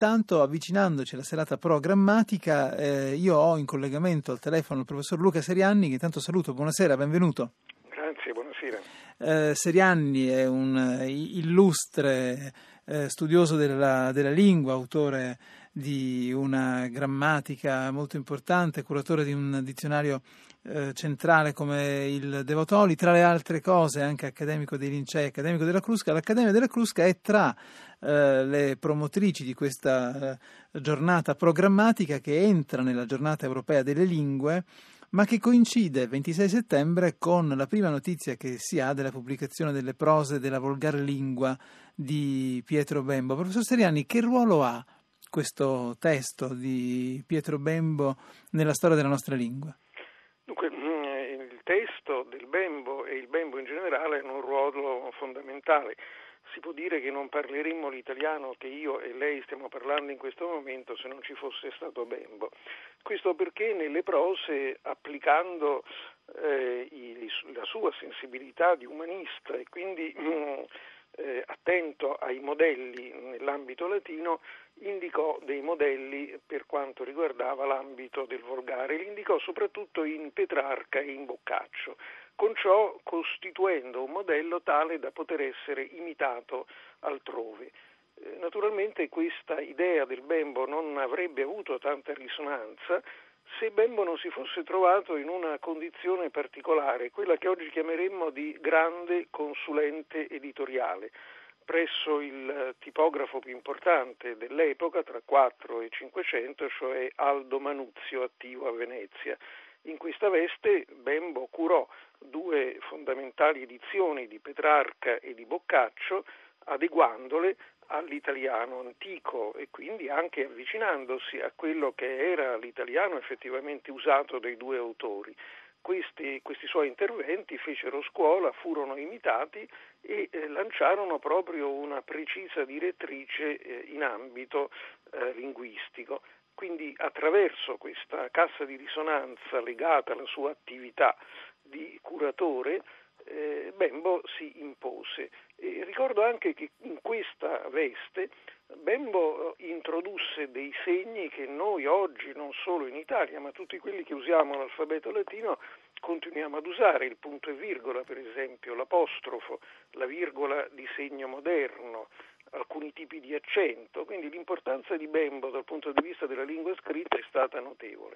Intanto, avvicinandoci alla serata programmatica, io ho in collegamento al telefono il professor Luca Serianni, che intanto saluto. Buonasera, benvenuto. Grazie, buonasera. Serianni è un illustre studioso della lingua, autore di una grammatica molto importante, curatore di un dizionario centrale come il De Votoli, tra le altre cose anche accademico dei Lincei, accademico della Crusca. L'Accademia della Crusca è tra le promotrici di questa giornata programmatica che entra nella giornata europea delle lingue, ma che coincide il 26 settembre con la prima notizia che si ha della pubblicazione delle prose della volgar lingua di Pietro Bembo. Professor Serianni, che ruolo ha questo testo di Pietro Bembo nella storia della nostra lingua? Dunque, il testo del Bembo e il Bembo in generale hanno un ruolo fondamentale. Si può dire che non parleremmo l'italiano che io e lei stiamo parlando in questo momento se non ci fosse stato Bembo. Questo perché nelle prose, applicando la sua sensibilità di umanista e quindi attento ai modelli nell'ambito latino, indicò dei modelli per quanto riguardava l'ambito del volgare, li indicò soprattutto in Petrarca e in Boccaccio, con ciò costituendo un modello tale da poter essere imitato altrove. Naturalmente questa idea del Bembo non avrebbe avuto tanta risonanza se Bembo non si fosse trovato in una condizione particolare, quella che oggi chiameremmo di grande consulente editoriale, presso il tipografo più importante dell'epoca, tra 4 e 500, cioè Aldo Manuzio, attivo a Venezia. In questa veste Bembo curò 2 fondamentali edizioni di Petrarca e di Boccaccio, adeguandole all'italiano antico e quindi anche avvicinandosi a quello che era l'italiano effettivamente usato dai 2 autori. Questi suoi interventi fecero scuola, furono imitati e lanciarorono proprio una precisa direttrice in ambito linguistico. Quindi attraverso questa cassa di risonanza legata alla sua attività di curatore, Bembo si impose. E ricordo anche che in questa veste Bembo introdusse dei segni che noi oggi, non solo in Italia, ma tutti quelli che usiamo l'alfabeto latino, continuiamo ad usare, il punto e virgola per esempio, l'apostrofo, la virgola di segno moderno, alcuni tipi di accento, quindi l'importanza di Bembo dal punto di vista della lingua scritta è stata notevole.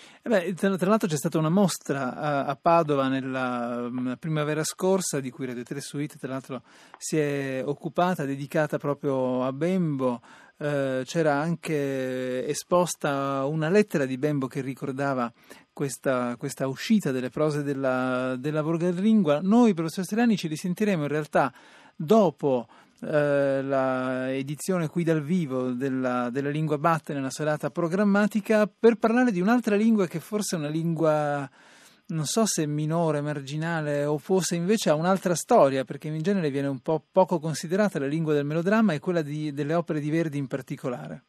Tra l'altro c'è stata una mostra a Padova nella primavera scorsa, di cui Radio 3 Suite tra l'altro si è occupata, dedicata proprio a Bembo. C'era anche esposta una lettera di Bembo che ricordava questa uscita delle prose della volgar lingua. Noi, professor Serianni, ci risentiremo in realtà dopo la edizione qui dal vivo della Lingua Batte nella serata programmatica, per parlare di un'altra lingua che forse è una lingua, non so se minore, marginale, o forse invece ha un'altra storia, perché in genere viene un po' poco considerata la lingua del melodramma e quella delle opere di Verdi in particolare.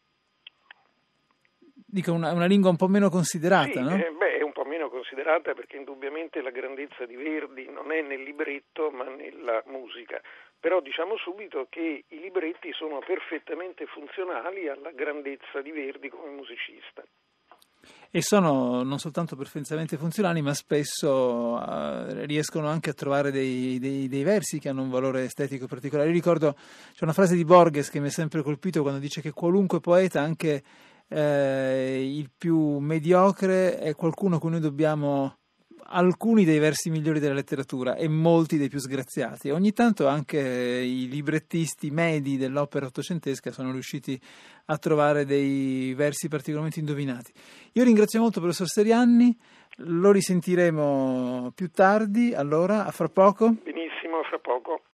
Dico, una lingua un po' meno considerata, sì, no? È un po' meno considerata perché indubbiamente la grandezza di Verdi non è nel libretto ma nella musica. Però diciamo subito che i libretti sono perfettamente funzionali alla grandezza di Verdi come musicista. E sono non soltanto perfettamente funzionali, ma spesso riescono anche a trovare dei versi che hanno un valore estetico particolare. Io ricordo, c'è una frase di Borges che mi ha sempre colpito quando dice che qualunque poeta, anche il più mediocre, è qualcuno a cui noi dobbiamo alcuni dei versi migliori della letteratura e molti dei più sgraziati. Ogni tanto anche i librettisti medi dell'opera ottocentesca sono riusciti a trovare dei versi particolarmente indovinati. Io ringrazio molto il professor Serianni, lo risentiremo più tardi, allora, a fra poco. Benissimo, a fra poco.